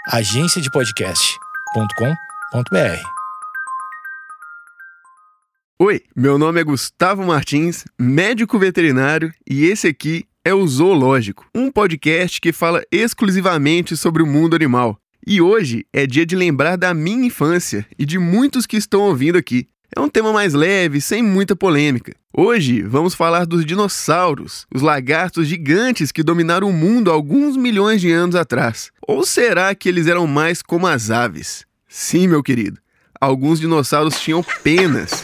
agenciadepodcast.com.br. Oi, meu nome é Gustavo Martins, médico veterinário, e esse aqui é o Zoológico, um podcast que fala exclusivamente sobre o mundo animal. E hoje é dia de lembrar da minha infância e de muitos que estão ouvindo aqui. É um tema mais leve, sem muita polêmica. Hoje vamos falar dos dinossauros, os lagartos gigantes que dominaram o mundo há alguns milhões de anos atrás. Ou será que eles eram mais como as aves? Sim, meu querido, alguns dinossauros tinham penas.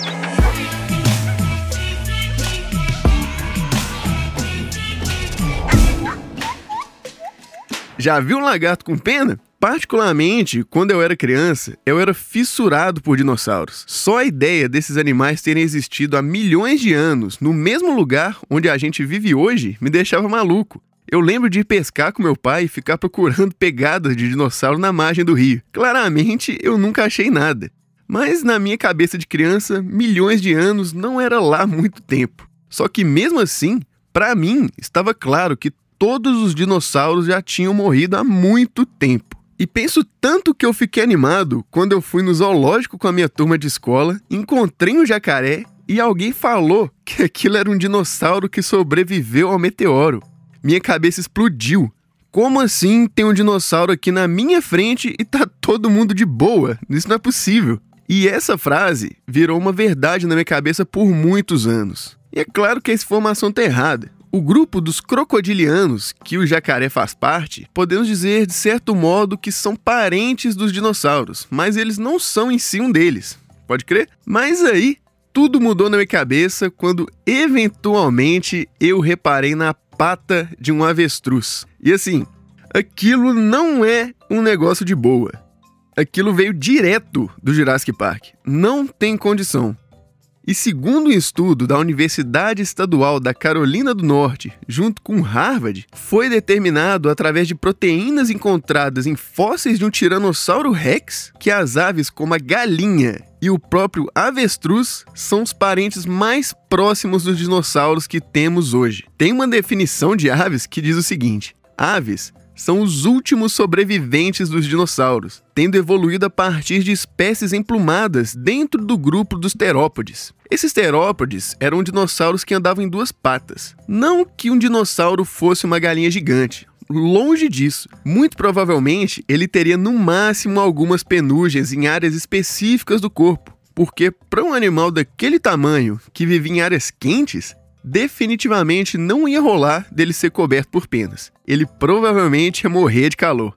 Já viu um lagarto com pena? Particularmente, quando eu era criança, eu era fissurado por dinossauros. Só a ideia desses animais terem existido há milhões de anos, no mesmo lugar onde a gente vive hoje, me deixava maluco. Eu lembro de ir pescar com meu pai e ficar procurando pegadas de dinossauro na margem do rio. Claramente, eu nunca achei nada. Mas na minha cabeça de criança, milhões de anos não era lá muito tempo. Só que mesmo assim, para mim, estava claro que todos os dinossauros já tinham morrido há muito tempo. E penso tanto que eu fiquei animado quando eu fui no zoológico com a minha turma de escola, encontrei um jacaré e alguém falou que aquilo era um dinossauro que sobreviveu ao meteoro. Minha cabeça explodiu. Como assim tem um dinossauro aqui na minha frente e tá todo mundo de boa? Isso não é possível. E essa frase virou uma verdade na minha cabeça por muitos anos. E é claro que essa informação tá errada. O grupo dos crocodilianos, que o jacaré faz parte, podemos dizer de certo modo que são parentes dos dinossauros, mas eles não são em si um deles, pode crer? Mas aí, tudo mudou na minha cabeça quando eventualmente eu reparei na pata de um avestruz. E assim, aquilo não é um negócio de boa. Aquilo veio direto do Jurassic Park. Não tem condição. E segundo um estudo da Universidade Estadual da Carolina do Norte, junto com Harvard, foi determinado através de proteínas encontradas em fósseis de um Tiranossauro Rex que as aves como a galinha e o próprio avestruz são os parentes mais próximos dos dinossauros que temos hoje. Tem uma definição de aves que diz o seguinte: aves são os últimos sobreviventes dos dinossauros, tendo evoluído a partir de espécies emplumadas dentro do grupo dos terópodes. Esses terópodes eram dinossauros que andavam em duas patas. Não que um dinossauro fosse uma galinha gigante. Longe disso. Muito provavelmente, ele teria no máximo algumas penugens em áreas específicas do corpo, porque para um animal daquele tamanho, que vive em áreas quentes, definitivamente não ia rolar dele ser coberto por penas. Ele provavelmente ia morrer de calor.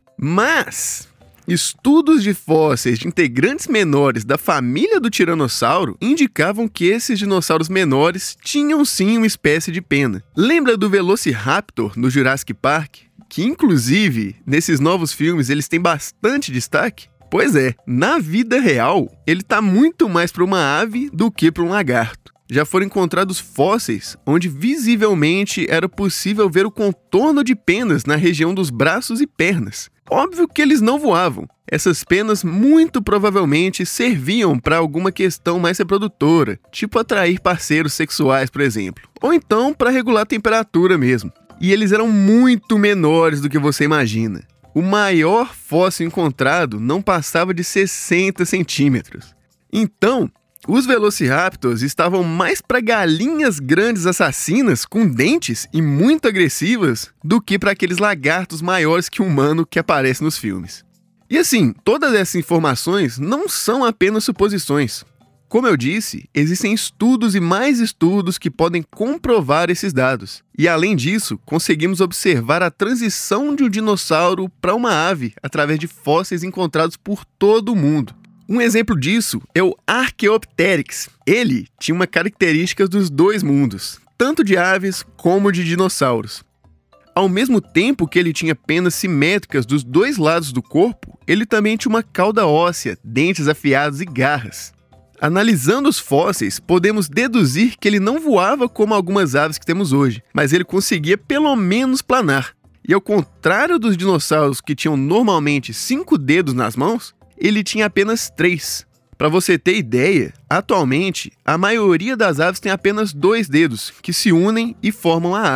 Mas estudos de fósseis de integrantes menores da família do tiranossauro indicavam que esses dinossauros menores tinham sim uma espécie de pena. Lembra do Velociraptor no Jurassic Park? Que inclusive, nesses novos filmes, eles têm bastante destaque? Pois é, na vida real, ele tá muito mais para uma ave do que para um lagarto. Já foram encontrados fósseis onde visivelmente era possível ver o contorno de penas na região dos braços e pernas. Óbvio que eles não voavam. Essas penas muito provavelmente serviam para alguma questão mais reprodutora, tipo atrair parceiros sexuais, por exemplo. Ou então para regular a temperatura mesmo. E eles eram muito menores do que você imagina. O maior fóssil encontrado não passava de 60 centímetros. Então, os Velociraptors estavam mais para galinhas grandes assassinas com dentes e muito agressivas do que para aqueles lagartos maiores que o humano que aparecem nos filmes. E assim, todas essas informações não são apenas suposições. Como eu disse, existem estudos e mais estudos que podem comprovar esses dados. E além disso, conseguimos observar a transição de um dinossauro para uma ave através de fósseis encontrados por todo o mundo. Um exemplo disso é o Archaeopteryx. Ele tinha uma característica dos dois mundos, tanto de aves como de dinossauros. Ao mesmo tempo que ele tinha penas simétricas dos dois lados do corpo, ele também tinha uma cauda óssea, dentes afiados e garras. Analisando os fósseis, podemos deduzir que ele não voava como algumas aves que temos hoje, mas ele conseguia pelo menos planar. E ao contrário dos dinossauros que tinham normalmente 5 dedos nas mãos, ele tinha apenas 3. Para você ter ideia, atualmente, a maioria das aves tem apenas 2 dedos, que se unem e formam a asa.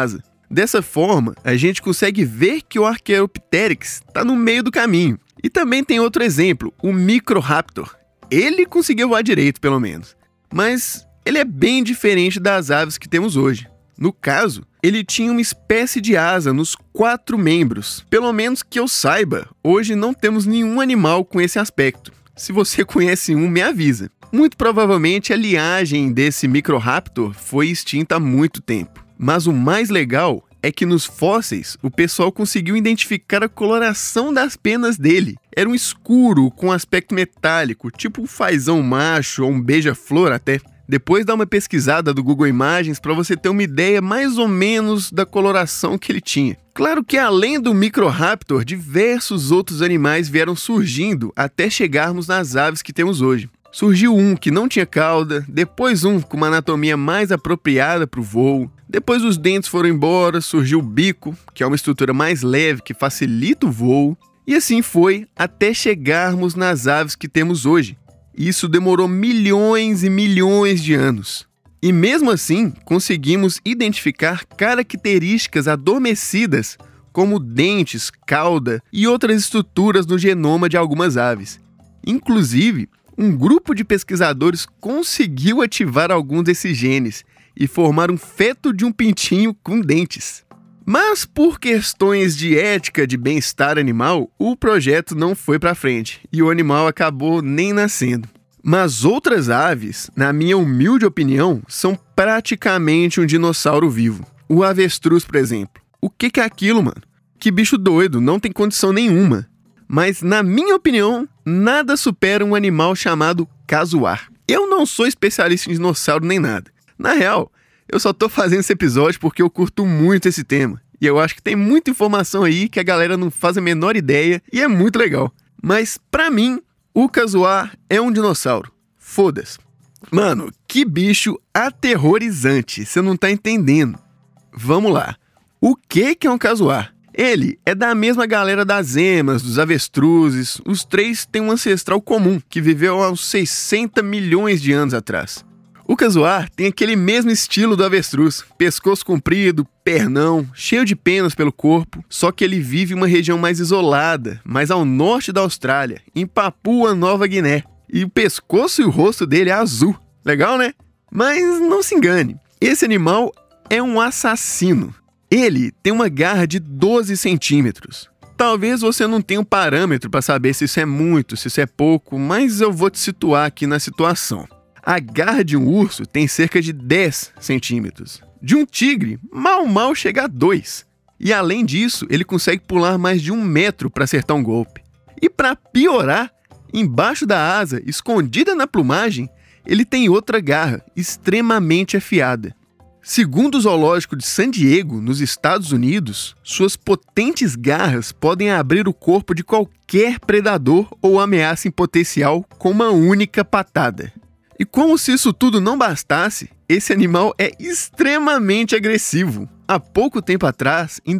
Dessa forma, a gente consegue ver que o Archaeopteryx está no meio do caminho. E também tem outro exemplo, o Microraptor. Ele conseguiu voar direito, pelo menos. Mas ele é bem diferente das aves que temos hoje. No caso, ele tinha uma espécie de asa nos 4 membros. Pelo menos que eu saiba, hoje não temos nenhum animal com esse aspecto. Se você conhece um, me avisa. Muito provavelmente a linhagem desse Microraptor foi extinta há muito tempo. Mas o mais legal é que nos fósseis o pessoal conseguiu identificar a coloração das penas dele. Era um escuro com aspecto metálico, tipo um fazão macho ou um beija-flor até. Depois dá uma pesquisada do Google Imagens para você ter uma ideia mais ou menos da coloração que ele tinha. Claro que além do Microraptor, diversos outros animais vieram surgindo até chegarmos nas aves que temos hoje. Surgiu um que não tinha cauda, depois um com uma anatomia mais apropriada para o voo, depois os dentes foram embora, surgiu o bico, que é uma estrutura mais leve que facilita o voo, e assim foi até chegarmos nas aves que temos hoje. Isso demorou milhões e milhões de anos. E mesmo assim, conseguimos identificar características adormecidas, como dentes, cauda e outras estruturas no genoma de algumas aves. Inclusive, um grupo de pesquisadores conseguiu ativar alguns desses genes e formar um feto de um pintinho com dentes. Mas por questões de ética de bem-estar animal, o projeto não foi para frente e o animal acabou nem nascendo. Mas outras aves, na minha humilde opinião, são praticamente um dinossauro vivo. O avestruz, por exemplo. O que é aquilo, mano? Que bicho doido, não tem condição nenhuma. Mas, na minha opinião, nada supera um animal chamado casuar. Eu não sou especialista em dinossauro nem nada. Na real, eu só tô fazendo esse episódio porque eu curto muito esse tema. E eu acho que tem muita informação aí que a galera não faz a menor ideia e é muito legal. Mas, pra mim, o casuar é um dinossauro. Foda-se. Mano, que bicho aterrorizante, você não tá entendendo. Vamos lá. O que é um casuar? Ele é da mesma galera das emas, dos avestruzes. Os 3 têm um ancestral comum que viveu há uns 60 milhões de anos atrás. O casuar tem aquele mesmo estilo do avestruz, pescoço comprido, pernão, cheio de penas pelo corpo, só que ele vive em uma região mais isolada, mais ao norte da Austrália, em Papua Nova Guiné. E o pescoço e o rosto dele é azul. Legal, né? Mas não se engane, esse animal é um assassino. Ele tem uma garra de 12 centímetros. Talvez você não tenha um parâmetro para saber se isso é muito, se isso é pouco, mas eu vou te situar aqui na situação. A garra de um urso tem cerca de 10 centímetros. De um tigre, mal chega a 2. E além disso, ele consegue pular mais de 1 metro para acertar um golpe. E para piorar, embaixo da asa, escondida na plumagem, ele tem outra garra, extremamente afiada. Segundo o zoológico de San Diego, nos Estados Unidos, suas potentes garras podem abrir o corpo de qualquer predador ou ameaça em potencial com uma única patada. E como se isso tudo não bastasse, esse animal é extremamente agressivo. Há pouco tempo atrás, em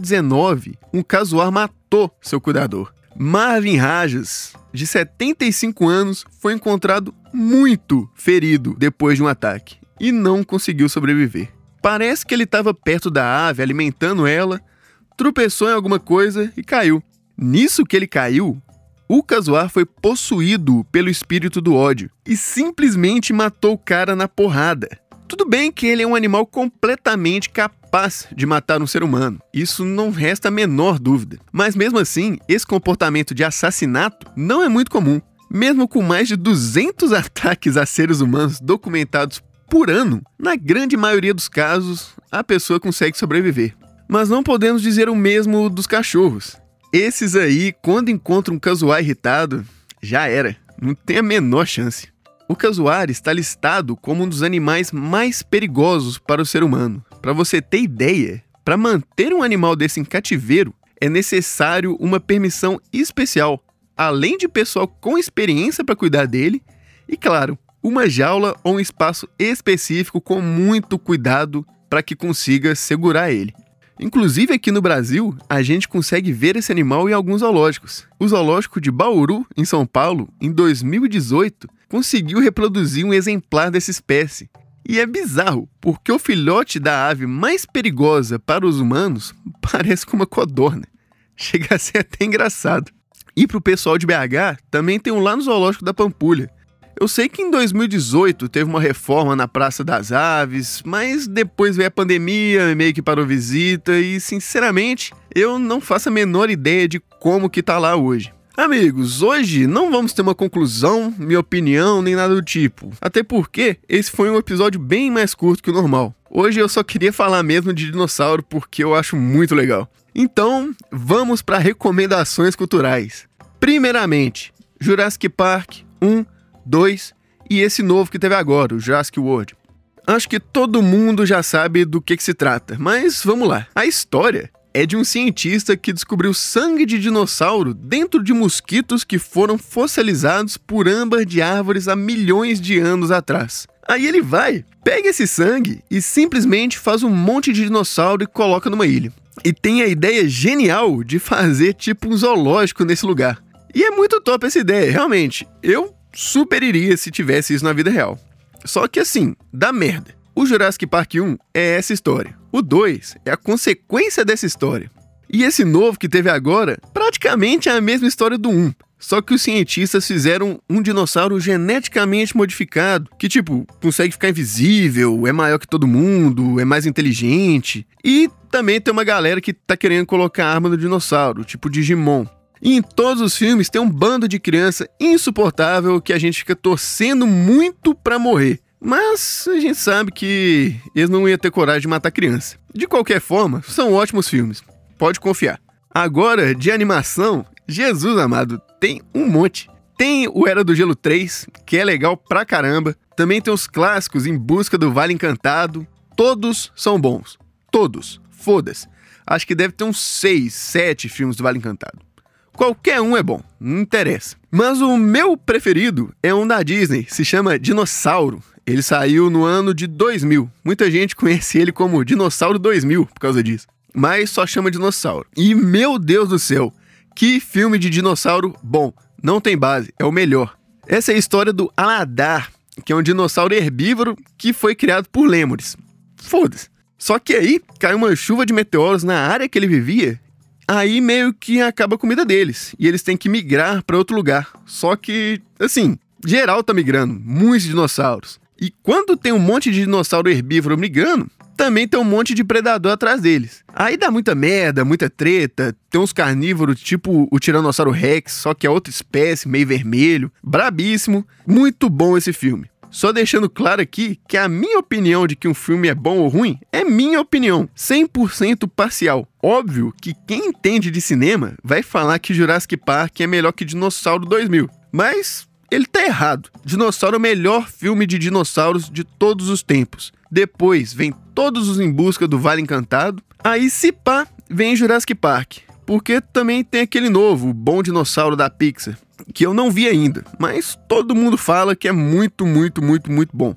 2019, um casuar matou seu cuidador. Marvin Rajas, de 75 anos, foi encontrado muito ferido depois de um ataque e não conseguiu sobreviver. Parece que ele estava perto da ave, alimentando ela, tropeçou em alguma coisa e caiu. Nisso que ele caiu, o casuar foi possuído pelo espírito do ódio e simplesmente matou o cara na porrada. Tudo bem que ele é um animal completamente capaz de matar um ser humano, isso não resta a menor dúvida. Mas mesmo assim, esse comportamento de assassinato não é muito comum. Mesmo com mais de 200 ataques a seres humanos documentados por ano, na grande maioria dos casos, a pessoa consegue sobreviver. Mas não podemos dizer o mesmo dos cachorros. Esses aí, quando encontram um casuar irritado, já era, não tem a menor chance. O casuar está listado como um dos animais mais perigosos para o ser humano. Para você ter ideia, para manter um animal desse em cativeiro, é necessário uma permissão especial, além de pessoal com experiência para cuidar dele, e claro, uma jaula ou um espaço específico com muito cuidado para que consiga segurar ele. Inclusive aqui no Brasil, a gente consegue ver esse animal em alguns zoológicos. O zoológico de Bauru, em São Paulo, em 2018, conseguiu reproduzir um exemplar dessa espécie. E é bizarro, porque o filhote da ave mais perigosa para os humanos parece com uma codorna. Chega a ser até engraçado. E pro pessoal de BH, também tem um lá no Zoológico da Pampulha. Eu sei que em 2018 teve uma reforma na Praça das Aves, mas depois veio a pandemia, meio que parou visita e, sinceramente, eu não faço a menor ideia de como que tá lá hoje. Amigos, hoje não vamos ter uma conclusão, minha opinião, nem nada do tipo. Até porque esse foi um episódio bem mais curto que o normal. Hoje eu só queria falar mesmo de dinossauro porque eu acho muito legal. Então, vamos para recomendações culturais. Primeiramente, Jurassic Park 1, 2 e esse novo que teve agora, o Jurassic World. Acho que todo mundo já sabe do que se trata, mas vamos lá. A história é de um cientista que descobriu sangue de dinossauro dentro de mosquitos que foram fossilizados por âmbar de árvores há milhões de anos atrás. Aí ele vai, pega esse sangue e simplesmente faz um monte de dinossauro e coloca numa ilha. E tem a ideia genial de fazer tipo um zoológico nesse lugar. E é muito top essa ideia, realmente. Eu super iria se tivesse isso na vida real. Só que assim, dá merda. O Jurassic Park 1 é essa história. O 2 é a consequência dessa história. E esse novo que teve agora, praticamente é a mesma história do 1. Só que os cientistas fizeram um dinossauro geneticamente modificado, que tipo, consegue ficar invisível, é maior que todo mundo, é mais inteligente. E também tem uma galera que tá querendo colocar arma no dinossauro, tipo Digimon. E em todos os filmes tem um bando de criança insuportável que a gente fica torcendo muito pra morrer. Mas a gente sabe que eles não iam ter coragem de matar criança. De qualquer forma, são ótimos filmes. Pode confiar. Agora, de animação, Jesus amado, tem um monte. Tem o Era do Gelo 3, que é legal pra caramba. Também tem os clássicos Em Busca do Vale Encantado. Todos são bons. Todos. Foda-se. Acho que deve ter uns 6, 7 filmes do Vale Encantado. Qualquer um é bom, não interessa. Mas o meu preferido é um da Disney, se chama Dinossauro. Ele saiu no ano de 2000. Muita gente conhece ele como Dinossauro 2000 por causa disso. Mas só chama Dinossauro. E meu Deus do céu, que filme de dinossauro bom. Não tem base, é o melhor. Essa é a história do Aladar, que é um dinossauro herbívoro que foi criado por lêmures. Foda-se. Só que aí caiu uma chuva de meteoros na área que ele vivia. Aí meio que acaba a comida deles, e eles têm que migrar para outro lugar. Só que, assim, geral tá migrando, muitos dinossauros. E quando tem um monte de dinossauro herbívoro migrando, também tem um monte de predador atrás deles. Aí dá muita merda, muita treta, tem uns carnívoros tipo o Tiranossauro Rex, só que é outra espécie, meio vermelho, brabíssimo. Muito bom esse filme. Só deixando claro aqui que a minha opinião de que um filme é bom ou ruim é minha opinião, 100% parcial. Óbvio que quem entende de cinema vai falar que Jurassic Park é melhor que Dinossauro 2000, mas ele tá errado. Dinossauro é o melhor filme de dinossauros de todos os tempos. Depois vem todos os Em Busca do Vale Encantado, aí se pá, vem Jurassic Park. Porque também tem aquele novo, o Bom Dinossauro da Pixar, que eu não vi ainda, mas todo mundo fala que é muito, muito, muito, muito bom.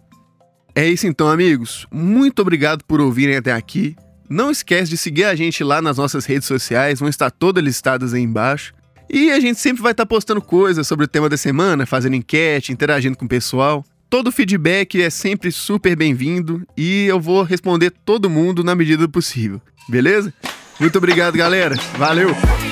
É isso então, amigos. Muito obrigado por ouvirem até aqui. Não esquece de seguir a gente lá nas nossas redes sociais, vão estar todas listadas aí embaixo. E a gente sempre vai estar postando coisas sobre o tema da semana, fazendo enquete, interagindo com o pessoal. Todo feedback é sempre super bem-vindo e eu vou responder todo mundo na medida do possível, beleza? Muito obrigado, galera. Valeu!